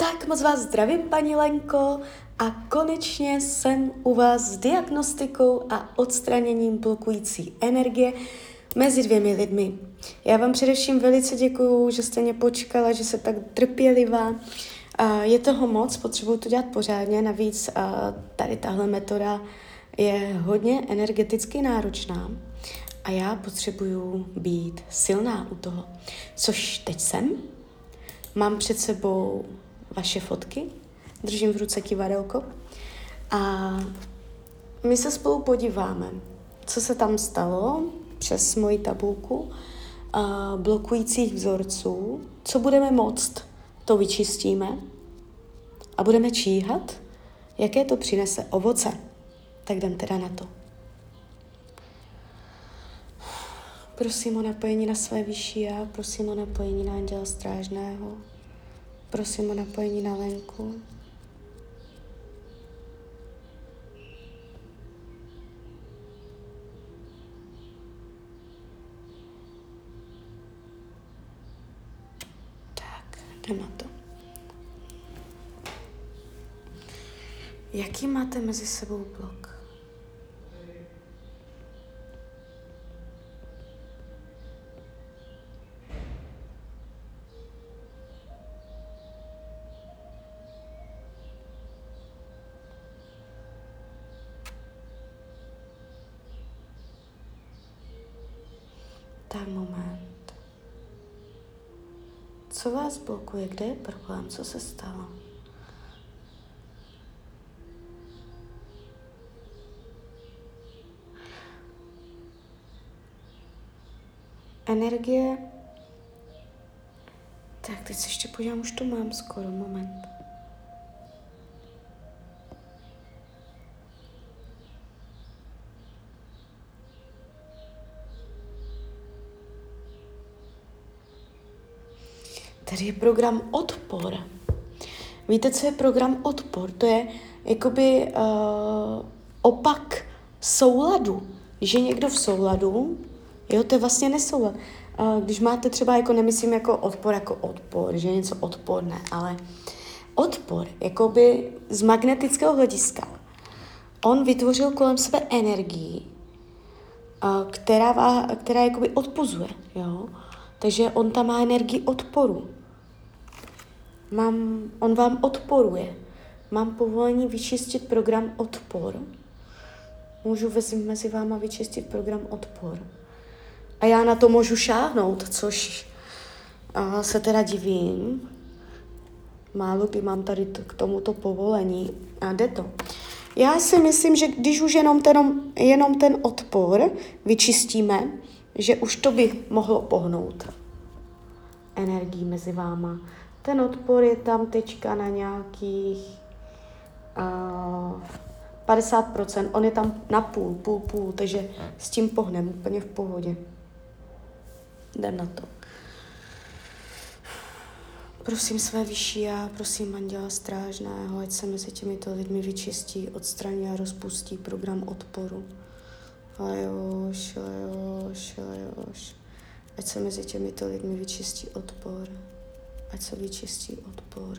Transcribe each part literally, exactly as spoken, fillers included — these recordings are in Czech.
Tak moc vás zdravím, paní Lenko, a konečně jsem u vás s diagnostikou a odstraněním blokující energie mezi dvěmi lidmi. Já vám především velice děkuju, že jste mě počkala, že jste tak trpělivá. Je toho moc, potřebuju to dělat pořádně, navíc tady tahle metoda je hodně energeticky náročná a já potřebuju být silná u toho, což teď jsem. Mám před sebou vaše fotky, držím v ruce kivadelko a my se spolu podíváme, co se tam stalo přes moji tabulku a blokujících vzorců, co budeme moct, to vyčistíme a budeme číhat, jaké to přinese ovoce. Tak jdem teda na to. Prosím o napojení na své vyšší já, prosím o napojení na anděla strážného, prosím o napojení na Lenku. Tak, jdem na to. Jaký máte mezi sebou blok? Tak moment. Co vás blokuje? Kde je problém? Co se stalo? Energie. Tak, teď se ještě podívám, už to mám skoro, moment. Tady je program odpor. Víte, co je program odpor? To je jakoby uh, opak souladu. Když je někdo v souladu, jo, to je vlastně nesoulad. Uh, když máte třeba, jako nemyslím jako odpor, jako odpor, že je něco odporné, ale odpor, jakoby z magnetického hlediska. On vytvořil kolem sebe energii, uh, která, vá, která jakoby odpozuje, jo. Takže on tam má energii odporu. Mám, on vám odporuje. Mám povolení vyčistit program odpor. Můžu mezi váma vyčistit program odpor. A já na to můžu šáhnout, což a, se teda divím. Málo kdy mám tady t- k tomuto povolení. A jde to. Já si myslím, že když už jenom ten, jenom ten odpor vyčistíme, že už to by mohlo pohnout energii mezi váma. Ten odpor je tam teďka na nějakých uh, padesát procent. On je tam na půl, půl, půl, takže s tím pohnem úplně v pohodě. Jdem na to. Prosím své vyšší já, prosím anděla strážného, ať se mezi těmito lidmi vyčistí, odstraní a rozpustí program odporu. Lajoš, lajoš, lajoš. Ať se mezi těmito lidmi vyčistí odpor. Ať se vyčistí odpor.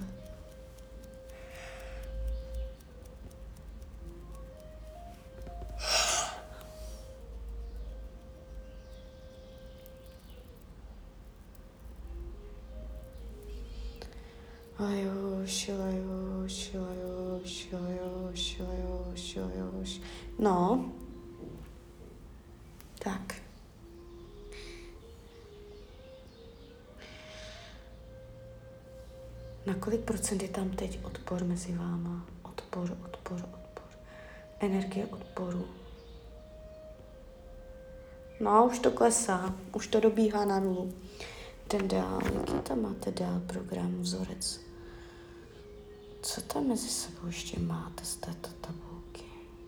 Lajoš, lajoš, lajoš, lajoš, lajoš, lajoš. No. Tak. Na kolik procent je tam teď odpor mezi váma? Odpor, odpor, odpor. Energie odporu. No, už to klesá. Už to dobíhá na nulu. Jdem dál. Jaký tam máte dál program, vzorec? Co tam mezi sebou ještě máte z této tabulky?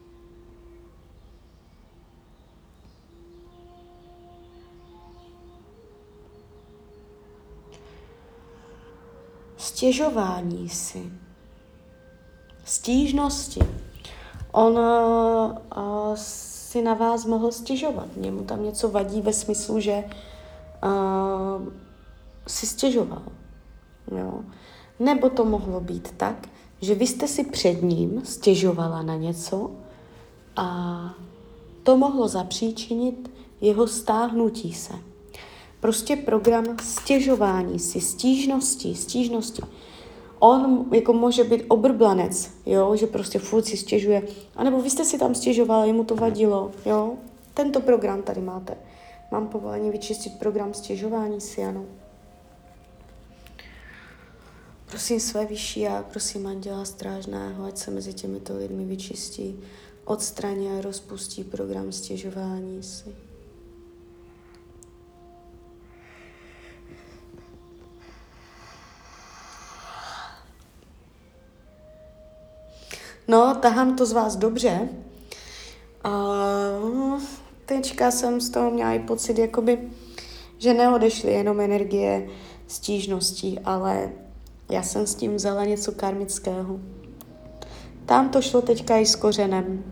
Stěžování si. Stížnosti. On uh, uh, si na vás mohl stěžovat. Němu tam něco vadí ve smyslu, že uh, si stěžoval. Jo. Nebo to mohlo být tak, že vy jste si před ním stěžovala na něco a to mohlo zapříčinit jeho stáhnutí se. Prostě program stěžování si, stížnosti, stížnosti. On jako může být obrblanec, jo, že prostě furt si stěžuje. A nebo vy jste si tam stěžovala, jemu to vadilo, jo. Tento program tady máte. Mám povolení vyčistit program stěžování si, ano. Prosím své vyšší a prosím anděla strážného, ať se mezi těmito lidmi vyčistí, odstraní a rozpustí program stěžování si. No, tahám to z vás dobře. Uh, teďka jsem z toho měla i pocit, jakoby, že neodešly jenom energie stížností, ale já jsem s tím vzala něco karmického. Tam to šlo teďka i s kořenem.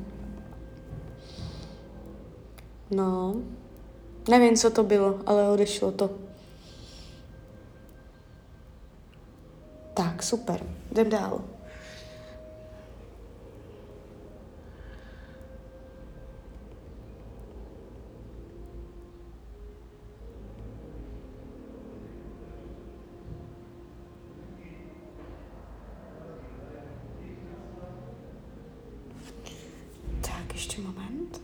No, nevím, co to bylo, ale odešlo to. Tak, super, jdem dál. Tak, ještě moment.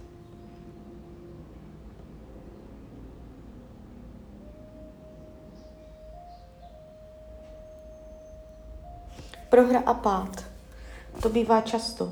Prohra a pád. To bývá často.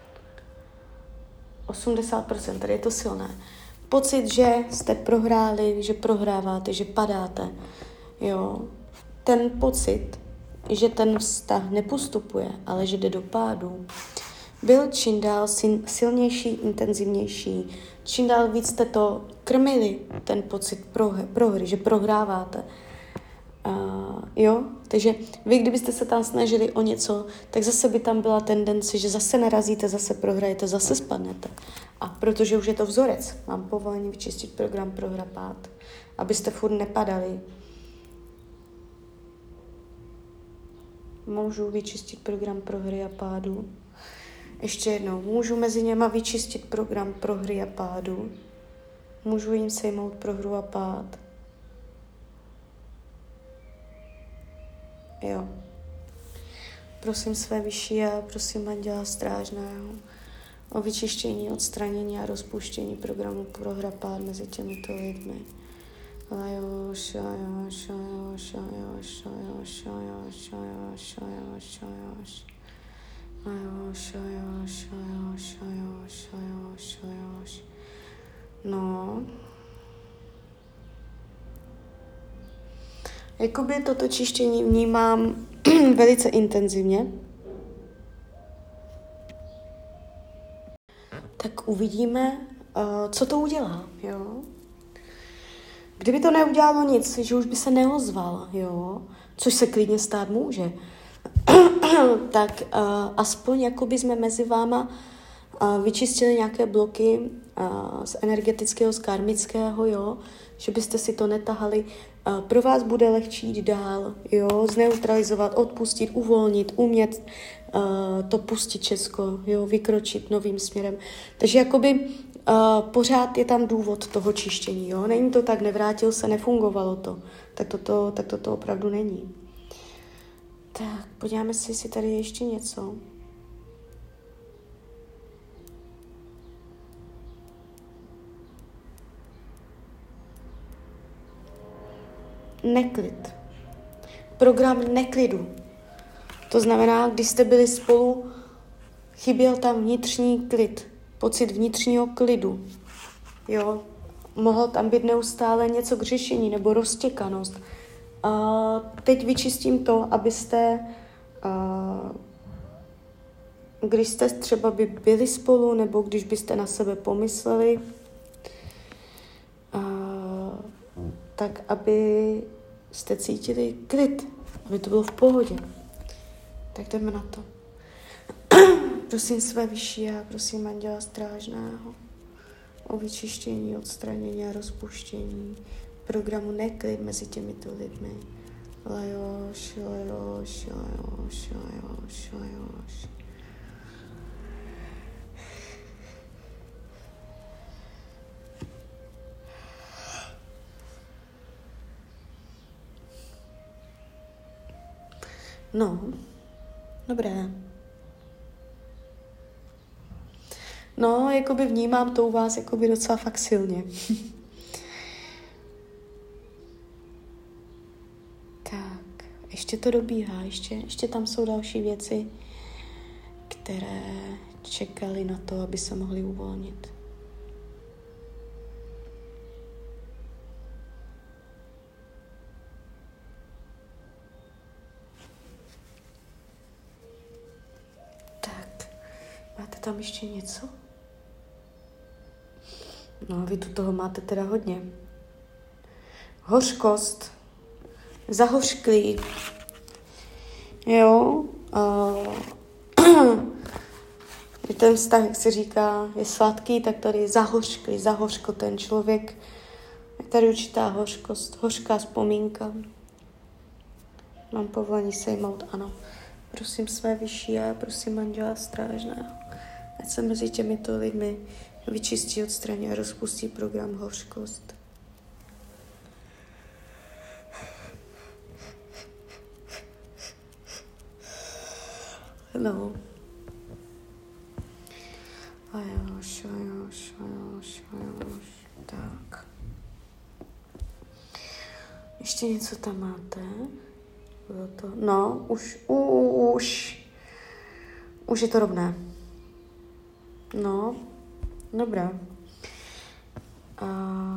osmdesát procent, tady je to silné. Pocit, že jste prohráli, že prohráváte, že padáte. Jo. Ten pocit, že ten vztah nepostupuje, ale že jde do pádu, byl čím dál silnější, intenzivnější. Čím dál víc jste to krmili, ten pocit prohry, prohry že prohráváte. Uh, jo, takže vy, kdybyste se tam snažili o něco, tak zase by tam byla tendence, že zase narazíte, zase prohrajete, zase spadnete. A protože už je to vzorec, mám povolení vyčistit program prohra pád, abyste furt nepadali. Můžu vyčistit program prohry a pádu. Ještě jednou, můžu mezi něma vyčistit program prohry a pádu. Můžu jim sejmout prohru a pád. Jo. Prosím své vyšší a prosím anděla strážného o vyčištění, odstranění a rozpuštění programu prohra pád mezi těmito lidmi. Lajoš, lajoš, lajoš, lajoš, lajoš, lajoš, lajoš, lajoš, lajoš. Lajoš, lajoš, lajoš, lajoš, lajoš, lajoš. No. Jakoby toto čištění vnímám velice intenzivně. Tak uvidíme, co to udělá, jo. Kdyby to neudělalo nic, že už by se neozval, jo, což se klidně stát může, tak uh, aspoň jakoby jsme mezi váma uh, vyčistili nějaké bloky uh, z energetického, z karmického, jo, že byste si to netahali. Uh, pro vás bude lehčí jít dál, jo, zneutralizovat, odpustit, uvolnit, umět uh, to pustit Česko, jo, vykročit novým směrem. Takže jakoby uh, pořád je tam důvod toho čištění, jo, není to tak, nevrátil se, nefungovalo to, tak toto, tak toto opravdu není. Tak, podíváme si, jestli tady je ještě něco. Neklid. Program neklidu. To znamená, když jste byli spolu, chyběl tam vnitřní klid, pocit vnitřního klidu. Jo, mohlo tam být neustále něco k řešení nebo roztěkanost. Uh, teď vyčistím to, abyste, uh, když jste třeba by byli spolu, nebo když byste na sebe pomysleli, uh, tak aby jste cítili klid, aby to bylo v pohodě. Tak jdeme na to. Prosím své vyšší a prosím anděla strážného o vyčištění, odstranění a rozpuštění programu neklid mezi těmito lidmi. Lajoš, lajoš, lajoš, lajoš, lajoš. No, dobré. No, jakoby vnímám to u vás jakoby docela fakt silně. Tak, ještě to dobíhá, ještě, ještě tam jsou další věci, které čekaly na to, aby se mohly uvolnit. Tak, máte tam ještě něco? No, vy tu toho máte teda hodně. Hořkost, zahořklý, jo, uh, ten vztah, jak se říká, je sladký, tak tady je zahořklý, zahořkl ten člověk. Je tady určitá hořkost, hořká vzpomínka. Mám povolení sejmout, ano. Prosím své vyšší já, prosím anděla strážného. Ať se mezi těmito lidmi vyčistí, odstraní a rozpustí program hořkost. No. Ajož, ajož, ajož, ajož. Tak. Ještě něco tam máte? Bylo to? No, už, už. Už je to rovné. No, dobré. A...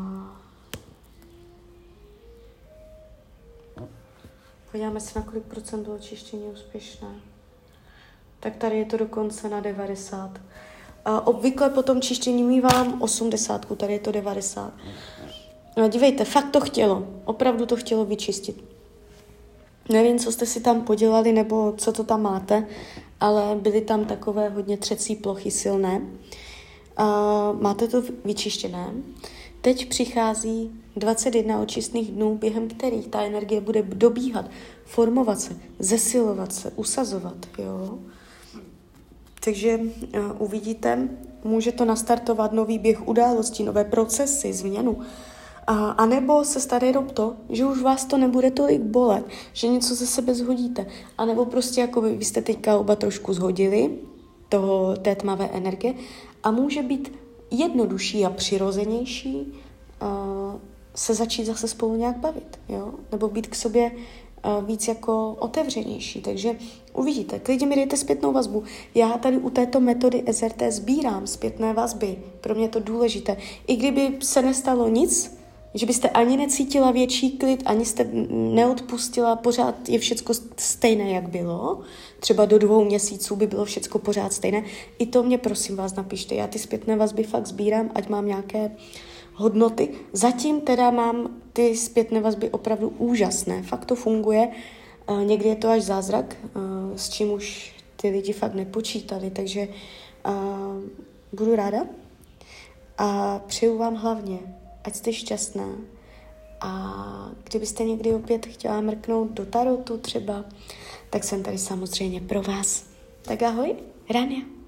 Podíváme se, na kolik procent bylo čištění úspěšné. Tak tady je to dokonce na devadesát. A obvykle po tom čištění mívám osmdesát, tady je to devadesát. No dívejte, fakt to chtělo. Opravdu to chtělo vyčistit. Nevím, co jste si tam podělali, nebo co to tam máte, ale byly tam takové hodně třecí plochy silné. A máte to vyčištěné. Teď přichází dvacet jedna očistných dnů, během kterých ta energie bude dobíhat, formovat se, zesilovat se, usazovat. Jo? Takže uh, uvidíte, může to nastartovat nový běh událostí, nové procesy, změnu. A, a nebo se stane jenom to, že už vás to nebude tolik bolet, že něco ze sebe zhodíte. A nebo prostě jako vy, vy jste teďka oba trošku zhodili toho, té tmavé energie a může být jednodušší a přirozenější uh, se začít zase spolu nějak bavit, jo? Nebo být k sobě uh, víc jako otevřenější. Takže uvidíte, klidně mi dejte zpětnou vazbu. Já tady u této metody S R T sbírám zpětné vazby. Pro mě je to důležité. I kdyby se nestalo nic, že byste ani necítila větší klid, ani jste neodpustila, pořád je všecko stejné, jak bylo. Třeba do dvou měsíců by bylo všecko pořád stejné. I to mě, prosím vás, napište. Já ty zpětné vazby fakt sbírám, ať mám nějaké hodnoty. Zatím teda mám ty zpětné vazby opravdu úžasné. Fakt to funguje. Někdy je to až zázrak, s čím už ty lidi fakt nepočítali. Takže budu ráda. A přeju vám hlavně, ať jste šťastná. A kdybyste někdy opět chtěla mrknout do tarotu třeba, tak jsem tady samozřejmě pro vás. Tak ahoj, Rania.